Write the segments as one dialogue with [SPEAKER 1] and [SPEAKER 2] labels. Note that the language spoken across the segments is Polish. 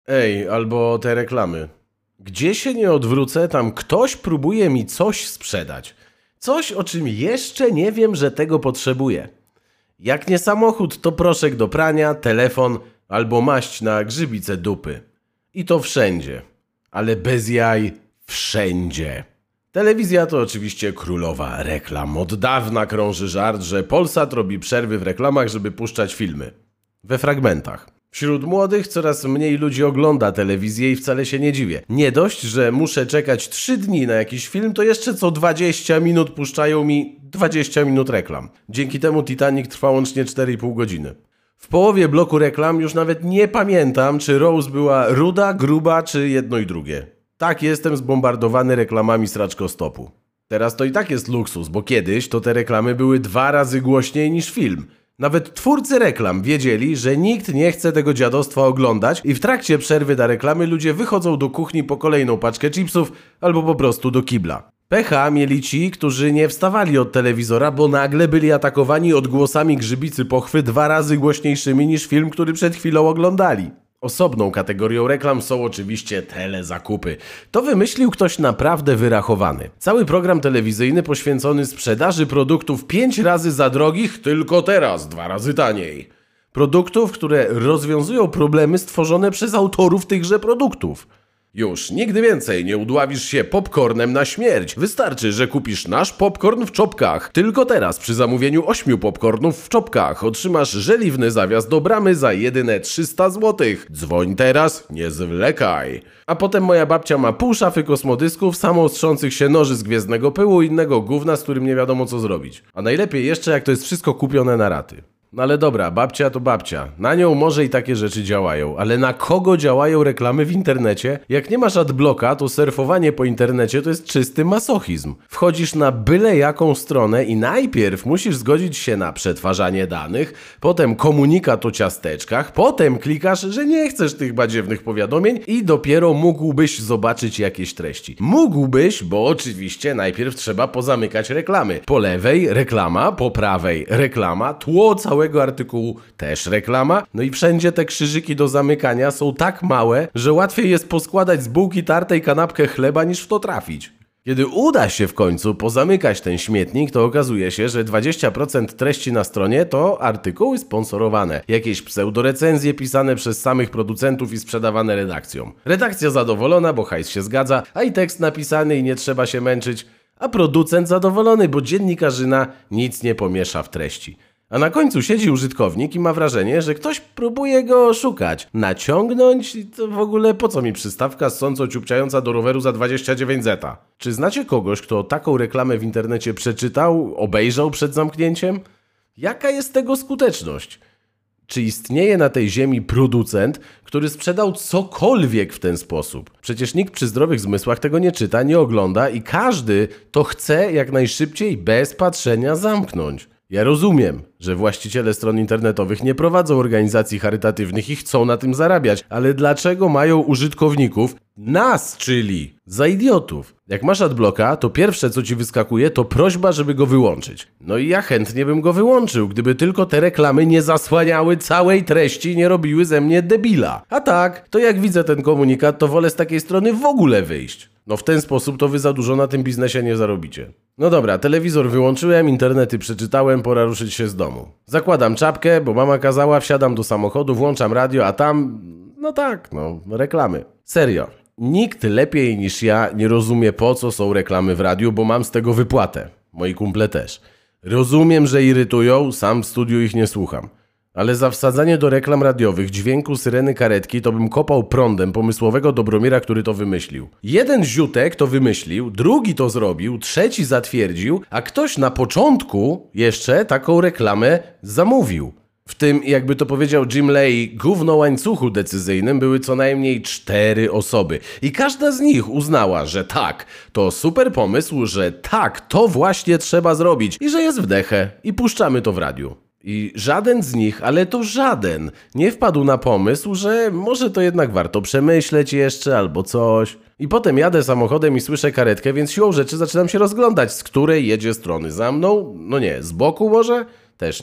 [SPEAKER 1] Ej, albo te reklamy. Gdzie się nie odwrócę, tam ktoś próbuje mi coś sprzedać. Coś, o czym jeszcze nie wiem, że tego potrzebuję. Jak nie samochód, to proszek do prania, telefon albo maść na grzybice dupy. I to wszędzie. Ale bez jaj wszędzie. Telewizja to oczywiście królowa reklam. Od dawna krąży żart, że Polsat robi przerwy w reklamach, żeby puszczać filmy. We fragmentach. Wśród młodych coraz mniej ludzi ogląda telewizję i wcale się nie dziwię. Nie dość, że muszę czekać 3 dni na jakiś film, to jeszcze co 20 minut puszczają mi 20 minut reklam. Dzięki temu Titanic trwa łącznie 4,5 godziny. W połowie bloku reklam już nawet nie pamiętam, czy Rose była ruda, gruba, czy jedno i drugie. Tak, jestem zbombardowany reklamami sraczkostopu. Teraz to i tak jest luksus, bo kiedyś to te reklamy były 2 razy głośniej niż film. Nawet twórcy reklam wiedzieli, że nikt nie chce tego dziadostwa oglądać i w trakcie przerwy na reklamy ludzie wychodzą do kuchni po kolejną paczkę chipsów albo po prostu do kibla. Pecha mieli ci, którzy nie wstawali od telewizora, bo nagle byli atakowani odgłosami grzybicy pochwy 2 razy głośniejszymi niż film, który przed chwilą oglądali. Osobną kategorią reklam są oczywiście telezakupy. To wymyślił ktoś naprawdę wyrachowany. Cały program telewizyjny poświęcony sprzedaży produktów 5 razy za drogich, tylko teraz 2 razy taniej. Produktów, które rozwiązują problemy stworzone przez autorów tychże produktów. Już nigdy więcej nie udławisz się popcornem na śmierć. Wystarczy, że kupisz nasz popcorn w czopkach. Tylko teraz przy zamówieniu 8 popcornów w czopkach otrzymasz żeliwny zawias do bramy za jedyne 300 zł. Dzwoń teraz, nie zwlekaj. A potem moja babcia ma pół szafy kosmodysków, samoostrzących się noży z gwiezdnego pyłu i innego gówna, z którym nie wiadomo co zrobić. A najlepiej jeszcze, jak to jest wszystko kupione na raty. No ale dobra, babcia to babcia. Na nią może i takie rzeczy działają, ale na kogo działają reklamy w internecie? Jak nie masz adblocka, to surfowanie po internecie to jest czysty masochizm. Wchodzisz na byle jaką stronę i najpierw musisz zgodzić się na przetwarzanie danych, potem komunikat o ciasteczkach, potem klikasz, że nie chcesz tych badziewnych powiadomień i dopiero mógłbyś zobaczyć jakieś treści. Mógłbyś, bo oczywiście najpierw trzeba pozamykać reklamy. Po lewej reklama, po prawej reklama, tło całego artykułu też reklama, no i wszędzie te krzyżyki do zamykania są tak małe, że łatwiej jest poskładać z bułki tartej kanapkę chleba niż w to trafić. Kiedy uda się w końcu pozamykać ten śmietnik, to okazuje się, że 20% treści na stronie to artykuły sponsorowane. Jakieś pseudorecenzje pisane przez samych producentów i sprzedawane redakcjom. Redakcja zadowolona, bo hajs się zgadza, a i tekst napisany i nie trzeba się męczyć, a producent zadowolony, bo dziennikarzyna nic nie pomiesza w treści. A na końcu siedzi użytkownik i ma wrażenie, że ktoś próbuje go oszukać. Naciągnąć? To w ogóle po co mi przystawka ssąco-ciupciająca do roweru za 29 zeta? Czy znacie kogoś, kto taką reklamę w internecie przeczytał, obejrzał przed zamknięciem? Jaka jest tego skuteczność? Czy istnieje na tej ziemi producent, który sprzedał cokolwiek w ten sposób? Przecież nikt przy zdrowych zmysłach tego nie czyta, nie ogląda i każdy to chce jak najszybciej bez patrzenia zamknąć. Ja rozumiem, że właściciele stron internetowych nie prowadzą organizacji charytatywnych i chcą na tym zarabiać, ale dlaczego mają użytkowników, nas, czyli za idiotów? Jak masz adblocka, to pierwsze co ci wyskakuje to prośba, żeby go wyłączyć. No i ja chętnie bym go wyłączył, gdyby tylko te reklamy nie zasłaniały całej treści i nie robiły ze mnie debila. A tak, to jak widzę ten komunikat, to wolę z takiej strony w ogóle wyjść. No w ten sposób to wy za dużo na tym biznesie nie zarobicie. No dobra, telewizor wyłączyłem, internety przeczytałem, pora ruszyć się z domu. Zakładam czapkę, bo mama kazała, wsiadam do samochodu, włączam radio, a tam... no tak, reklamy. Serio. Nikt lepiej niż ja nie rozumie, po co są reklamy w radiu, bo mam z tego wypłatę. Moi kumple też. Rozumiem, że irytują, sam w studiu ich nie słucham. Ale za wsadzanie do reklam radiowych dźwięku syreny karetki to bym kopał prądem pomysłowego Dobromira, który to wymyślił. Jeden ziutek to wymyślił, drugi to zrobił, trzeci zatwierdził, a ktoś na początku jeszcze taką reklamę zamówił. W tym, jakby to powiedział Jim Leahy, gówno łańcuchu decyzyjnym były co najmniej 4 osoby. I każda z nich uznała, że tak, to super pomysł, że tak, to właśnie trzeba zrobić i że jest wdechę i puszczamy to w radiu. I żaden z nich, ale to żaden, nie wpadł na pomysł, że może to jednak warto przemyśleć jeszcze albo coś. I potem jadę samochodem i słyszę karetkę, więc siłą rzeczy zaczynam się rozglądać, z której jedzie strony. Za mną? No nie. Z boku może? Też nie.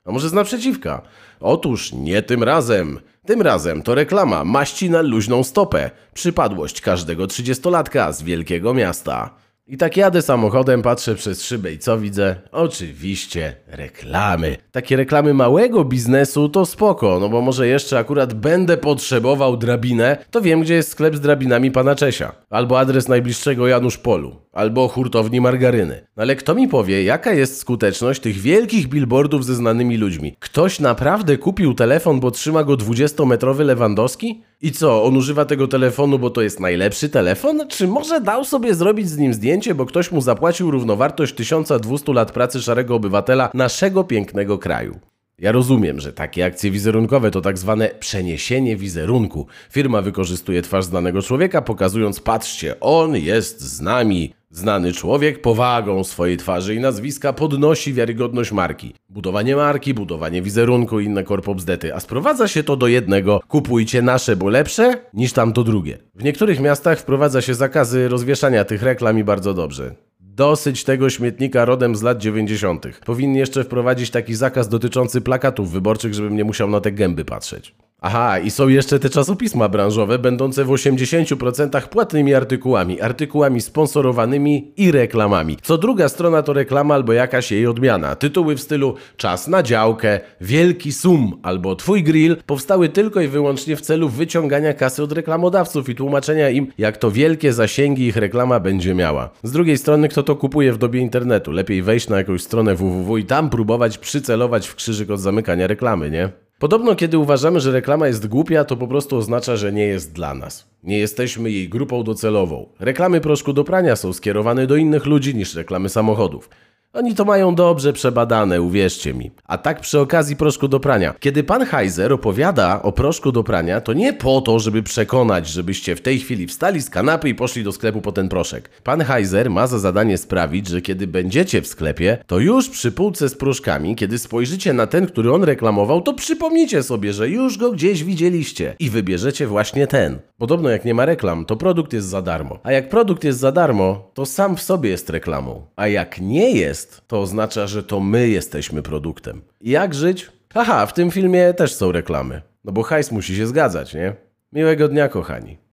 [SPEAKER 1] A może z naprzeciwka? Otóż nie tym razem. Tym razem to reklama maści na luźną stopę. Przypadłość każdego 30-latka z wielkiego miasta. I tak jadę samochodem, patrzę przez szybę i co widzę? Oczywiście reklamy. Takie reklamy małego biznesu to spoko, no bo może jeszcze akurat będę potrzebował drabinę, to wiem, gdzie jest sklep z drabinami pana Czesia. Albo adres najbliższego Janusz Polu. Albo hurtowni margaryny. No ale kto mi powie, jaka jest skuteczność tych wielkich billboardów ze znanymi ludźmi? Ktoś naprawdę kupił telefon, bo trzyma go 20-metrowy Lewandowski? I co, on używa tego telefonu, bo to jest najlepszy telefon? Czy może dał sobie zrobić z nim zdjęcie, bo ktoś mu zapłacił równowartość 1200 lat pracy szarego obywatela naszego pięknego kraju? Ja rozumiem, że takie akcje wizerunkowe to tak zwane przeniesienie wizerunku. Firma wykorzystuje twarz znanego człowieka, pokazując, patrzcie, on jest z nami. Znany człowiek powagą swojej twarzy i nazwiska podnosi wiarygodność marki. Budowanie marki, budowanie wizerunku i inne korpobzdety. A sprowadza się to do jednego: kupujcie nasze, bo lepsze niż tamto drugie. W niektórych miastach wprowadza się zakazy rozwieszania tych reklam i bardzo dobrze. Dosyć tego śmietnika rodem z lat 90. Powinni jeszcze wprowadzić taki zakaz dotyczący plakatów wyborczych, żebym nie musiał na te gęby patrzeć. Aha, i są jeszcze te czasopisma branżowe, będące w 80% płatnymi artykułami sponsorowanymi i reklamami. Co druga strona to reklama albo jakaś jej odmiana. Tytuły w stylu czas na działkę, wielki sum albo twój grill powstały tylko i wyłącznie w celu wyciągania kasy od reklamodawców i tłumaczenia im, jak to wielkie zasięgi ich reklama będzie miała. Z drugiej strony, kto to kupuje w dobie internetu? Lepiej wejść na jakąś stronę www i tam próbować przycelować w krzyżyk od zamykania reklamy, nie? Podobno, kiedy uważamy, że reklama jest głupia, to po prostu oznacza, że nie jest dla nas. Nie jesteśmy jej grupą docelową. Reklamy proszku do prania są skierowane do innych ludzi niż reklamy samochodów. Oni to mają dobrze przebadane, uwierzcie mi. A tak przy okazji proszku do prania. Kiedy pan Heiser opowiada o proszku do prania, to nie po to, żeby przekonać, żebyście w tej chwili wstali z kanapy i poszli do sklepu po ten proszek. Pan Heiser ma za zadanie sprawić, że kiedy będziecie w sklepie, to już przy półce z proszkami, kiedy spojrzycie na ten, który on reklamował, to przypomnicie sobie, że już go gdzieś widzieliście i wybierzecie właśnie ten. Podobno jak nie ma reklam, to produkt jest za darmo. A jak produkt jest za darmo, to sam w sobie jest reklamą. A jak nie jest, to oznacza, że to my jesteśmy produktem. I jak żyć? Haha, w tym filmie też są reklamy. No bo hajs musi się zgadzać, nie? Miłego dnia, kochani.